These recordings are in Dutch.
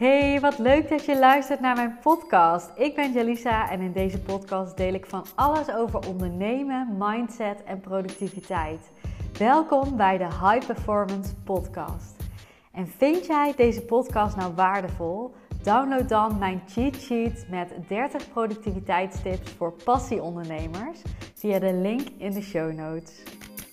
Hey, wat leuk dat je luistert naar mijn podcast. Ik ben Jalisa en in deze podcast deel ik van alles over ondernemen, mindset en productiviteit. Welkom bij de High Performance Podcast. En vind jij deze podcast nou waardevol? Download dan mijn cheat sheet met 30 productiviteitstips voor passieondernemers via de link in de show notes.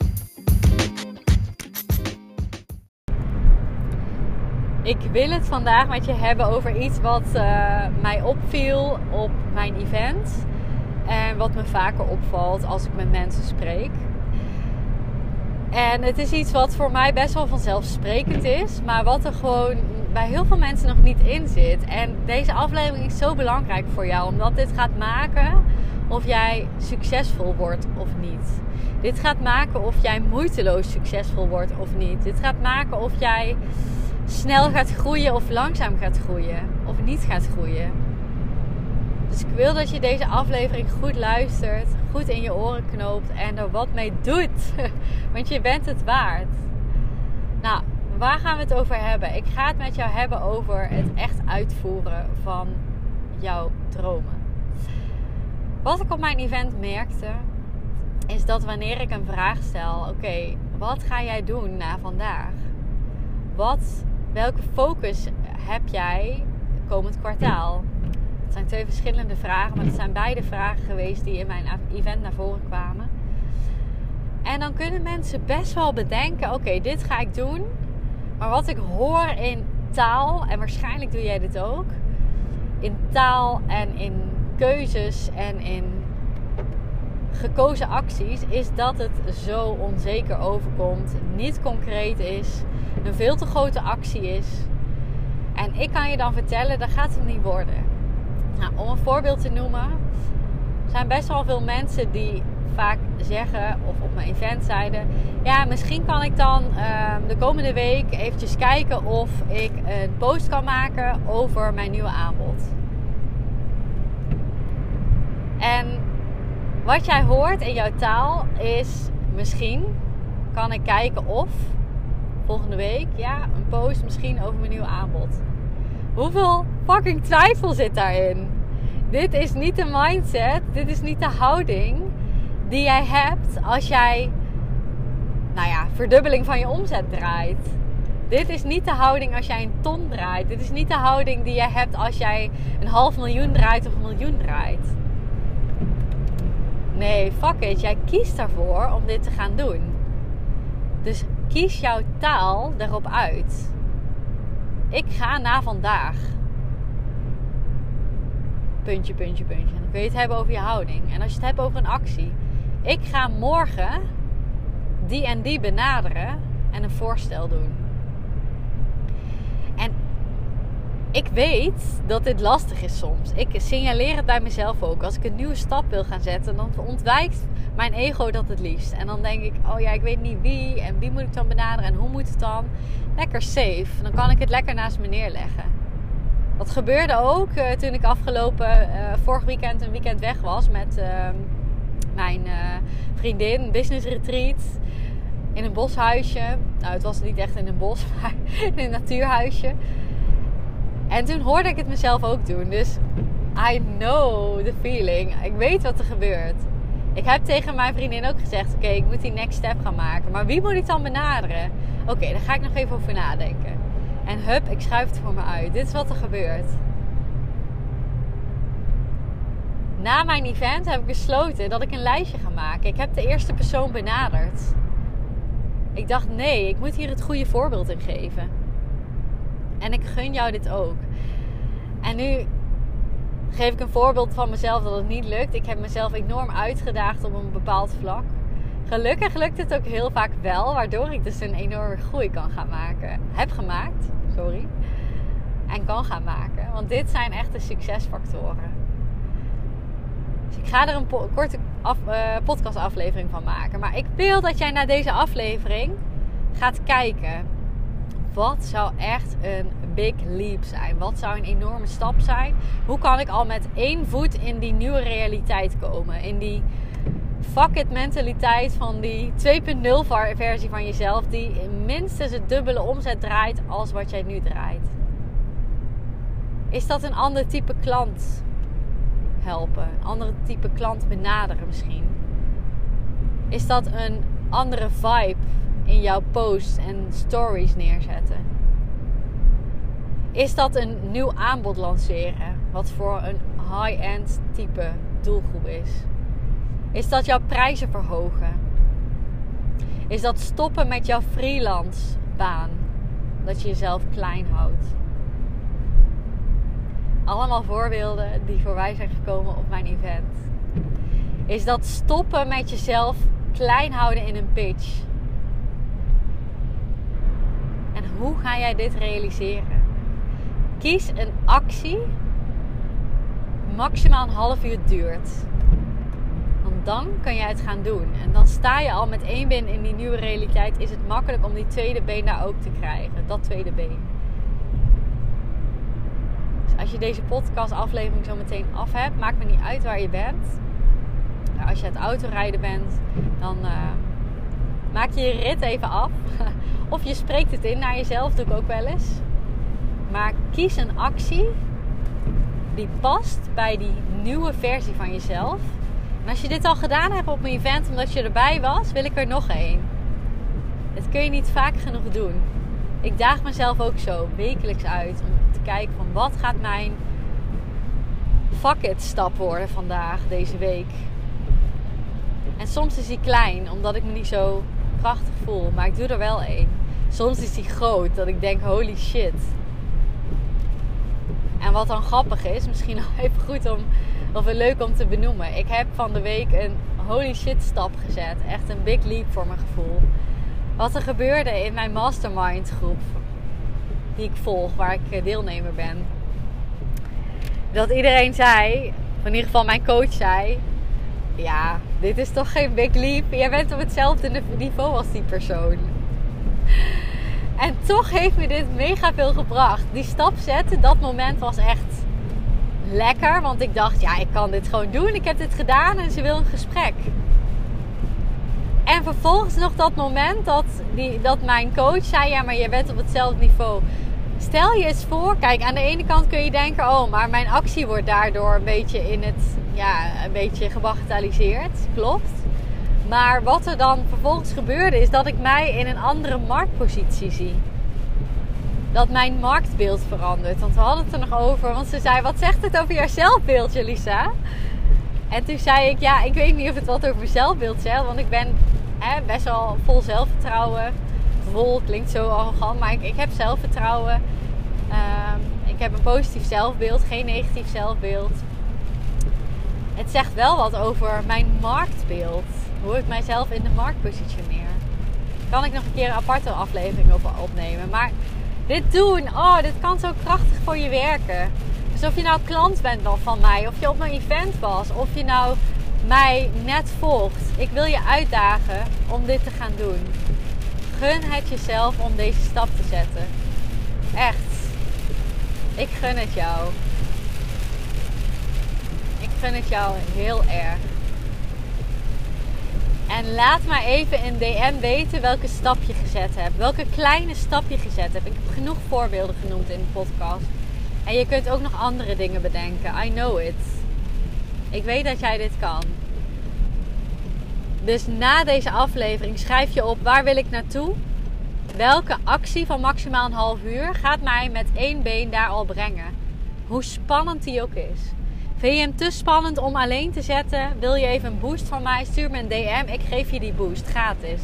Ik wil het vandaag met je hebben over iets wat mij opviel op mijn event. En wat me vaker opvalt als ik met mensen spreek. En het is iets wat voor mij best wel vanzelfsprekend is. Maar wat er gewoon bij heel veel mensen nog niet in zit. En deze aflevering is zo belangrijk voor jou. Omdat dit gaat maken of jij succesvol wordt of niet. Dit gaat maken of jij moeiteloos succesvol wordt of niet. Dit gaat maken of jij snel gaat groeien of langzaam gaat groeien. Of niet gaat groeien. Dus ik wil dat je deze aflevering goed luistert. Goed in je oren knoopt. En er wat mee doet. Want je bent het waard. Nou, waar gaan we het over hebben? Ik ga het met jou hebben over het echt uitvoeren van jouw dromen. Wat ik op mijn event merkte, is dat wanneer ik een vraag stel. Oké, wat ga jij doen na vandaag? Welke focus heb jij komend kwartaal? Het zijn twee verschillende vragen, maar het zijn beide vragen geweest die in mijn event naar voren kwamen. En dan kunnen mensen best wel bedenken, oké, dit ga ik doen. Maar wat ik hoor in taal, en waarschijnlijk doe jij dit ook, in taal en in keuzes en in gekozen acties, is dat het zo onzeker overkomt, niet concreet is, een veel te grote actie is. En ik kan je dan vertellen, dat gaat het niet worden. Nou, om een voorbeeld te noemen, zijn best wel veel mensen die vaak zeggen, of op mijn event zeiden, ja, misschien kan ik dan de komende week eventjes kijken of ik een post kan maken over mijn nieuwe aanbod. En wat jij hoort in jouw taal is, misschien kan ik kijken of volgende week, ja, een post misschien over mijn nieuwe aanbod. Hoeveel fucking twijfel zit daarin? Dit is niet de mindset, dit is niet de houding die jij hebt als jij, verdubbeling van je omzet draait. Dit is niet de houding als jij een ton draait. Dit is niet de houding die jij hebt als jij 500.000 draait of 1 miljoen draait. Nee, fuck it. Jij kiest daarvoor om dit te gaan doen. Dus kies jouw taal daarop uit. Ik ga na vandaag. Puntje, puntje, puntje. En dan kun je het hebben over je houding. En als je het hebt over een actie. Ik ga morgen die en die benaderen en een voorstel doen. En ik weet dat dit lastig is soms. Ik signaleer het bij mezelf ook. Als ik een nieuwe stap wil gaan zetten, dan ontwijkt mijn ego dat het liefst. En dan denk ik, oh ja, ik weet niet wie en wie moet ik dan benaderen en hoe moet het dan? Lekker safe. Dan kan ik het lekker naast me neerleggen. Wat gebeurde ook toen ik vorig weekend een weekend weg was met mijn vriendin, business retreat in een boshuisje. Nou, het was niet echt in een bos, maar in een natuurhuisje. En toen hoorde ik het mezelf ook doen. Dus I know the feeling. Ik weet wat er gebeurt. Ik heb tegen mijn vriendin ook gezegd, oké, ik moet die next step gaan maken. Maar wie moet ik dan benaderen? Oké, daar ga ik nog even over nadenken. En hup, ik schuif het voor me uit. Dit is wat er gebeurt. Na mijn event heb ik besloten dat ik een lijstje ga maken. Ik heb de eerste persoon benaderd. Ik dacht, nee, ik moet hier het goede voorbeeld in geven. En ik gun jou dit ook. En nu geef ik een voorbeeld van mezelf dat het niet lukt. Ik heb mezelf enorm uitgedaagd op een bepaald vlak. Gelukkig lukt het ook heel vaak wel. Waardoor ik dus een enorme groei kan gaan maken. Heb gemaakt, en kan gaan maken. Want dit zijn echt de succesfactoren. Dus ik ga er een korte podcastaflevering van maken. Maar ik wil dat jij naar deze aflevering gaat kijken. Wat zou echt een big leap zijn? Wat zou een enorme stap zijn? Hoe kan ik al met 1 voet in die nieuwe realiteit komen? In die fuck it mentaliteit van die 2.0 versie van jezelf. Die minstens het dubbele omzet draait als wat jij nu draait. Is dat een ander type klant helpen? Een andere type klant benaderen misschien? Is dat een andere vibe in jouw posts en stories neerzetten? Is dat een nieuw aanbod lanceren? Wat voor een high-end type doelgroep is? Is dat jouw prijzen verhogen? Is dat stoppen met jouw freelance baan? Dat je jezelf klein houdt? Allemaal voorbeelden die voorbij zijn gekomen op mijn event. Is dat stoppen met jezelf klein houden in een pitch? En hoe ga jij dit realiseren? Kies een actie maximaal een half uur duurt. Want dan kan jij het gaan doen. En dan sta je al met 1 been in die nieuwe realiteit. Is het makkelijk om die tweede been daar ook te krijgen. Dat tweede been. Dus als je deze podcast aflevering zo meteen af hebt. Maakt me niet uit waar je bent. Nou, als je aan het autorijden bent. Dan maak je rit even af. Of je spreekt het in naar jezelf. Doe ik ook wel eens. Maar kies een actie die past bij die nieuwe versie van jezelf. En als je dit al gedaan hebt op mijn event omdat je erbij was, wil ik er nog 1. Dat kun je niet vaak genoeg doen. Ik daag mezelf ook zo wekelijks uit om te kijken van wat gaat mijn fuck it stap worden vandaag, deze week. En soms is die klein, omdat ik me niet zo krachtig voel. Maar ik doe er wel 1. Soms is die groot, dat ik denk holy shit. En wat dan grappig is, misschien nog even goed of leuk om te benoemen. Ik heb van de week een holy shit stap gezet. Echt een big leap voor mijn gevoel. Wat er gebeurde in mijn mastermind groep. Die ik volg, waar ik deelnemer ben. Dat iedereen zei, in ieder geval mijn coach zei. Ja, dit is toch geen big leap. Jij bent op hetzelfde niveau als die persoon. En toch heeft me dit mega veel gebracht. Die stap zetten, dat moment was echt lekker. Want ik dacht, ja, ik kan dit gewoon doen. Ik heb dit gedaan en ze wil een gesprek. En vervolgens nog dat moment dat mijn coach zei, ja, maar je bent op hetzelfde niveau. Stel je eens voor, kijk, aan de ene kant kun je denken, oh, maar mijn actie wordt daardoor een beetje gebagatelliseerd. Klopt. Maar wat er dan vervolgens gebeurde is dat ik mij in een andere marktpositie zie. Dat mijn marktbeeld verandert. Want we hadden het er nog over. Want ze zei, wat zegt het over jouw zelfbeeld, Jalisa? En toen zei ik, ja, ik weet niet of het wat over mijn zelfbeeld zegt. Want ik ben best wel vol zelfvertrouwen. Vol klinkt zo arrogant, maar ik heb zelfvertrouwen. Ik heb een positief zelfbeeld, geen negatief zelfbeeld. Het zegt wel wat over mijn marktbeeld. Hoe ik mijzelf in de markt positioneer. Kan ik nog een keer een aparte aflevering over opnemen. Maar dit doen, dit kan zo krachtig voor je werken. Dus of je nou klant bent van mij. Of je op mijn event was. Of je nou mij net volgt. Ik wil je uitdagen om dit te gaan doen. Gun het jezelf om deze stap te zetten. Echt. Ik gun het jou. Ik gun het jou heel erg. En laat maar even in DM weten welke stap je gezet hebt. Welke kleine stap je gezet hebt. Ik heb genoeg voorbeelden genoemd in de podcast. En je kunt ook nog andere dingen bedenken. I know it. Ik weet dat jij dit kan. Dus na deze aflevering schrijf je op waar wil ik naartoe. Welke actie van maximaal een half uur gaat mij met 1 been daar al brengen. Hoe spannend die ook is. Vind je hem te spannend om alleen te zetten? Wil je even een boost van mij? Stuur me een DM. Ik geef je die boost. Gratis.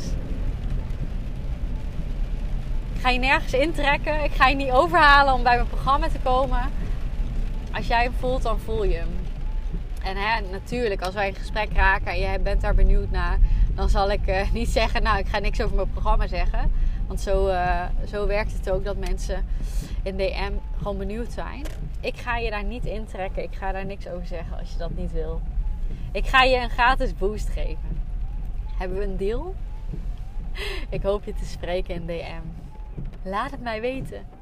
Ik ga je nergens intrekken. Ik ga je niet overhalen om bij mijn programma te komen. Als jij hem voelt, dan voel je hem. En natuurlijk, als wij in gesprek raken en je bent daar benieuwd naar, dan zal ik niet zeggen, nou, ik ga niks over mijn programma zeggen. Want zo werkt het ook dat mensen in DM gewoon benieuwd zijn. Ik ga je daar niet intrekken. Ik ga daar niks over zeggen als je dat niet wil. Ik ga je een gratis boost geven. Hebben we een deal? Ik hoop je te spreken in DM. Laat het mij weten.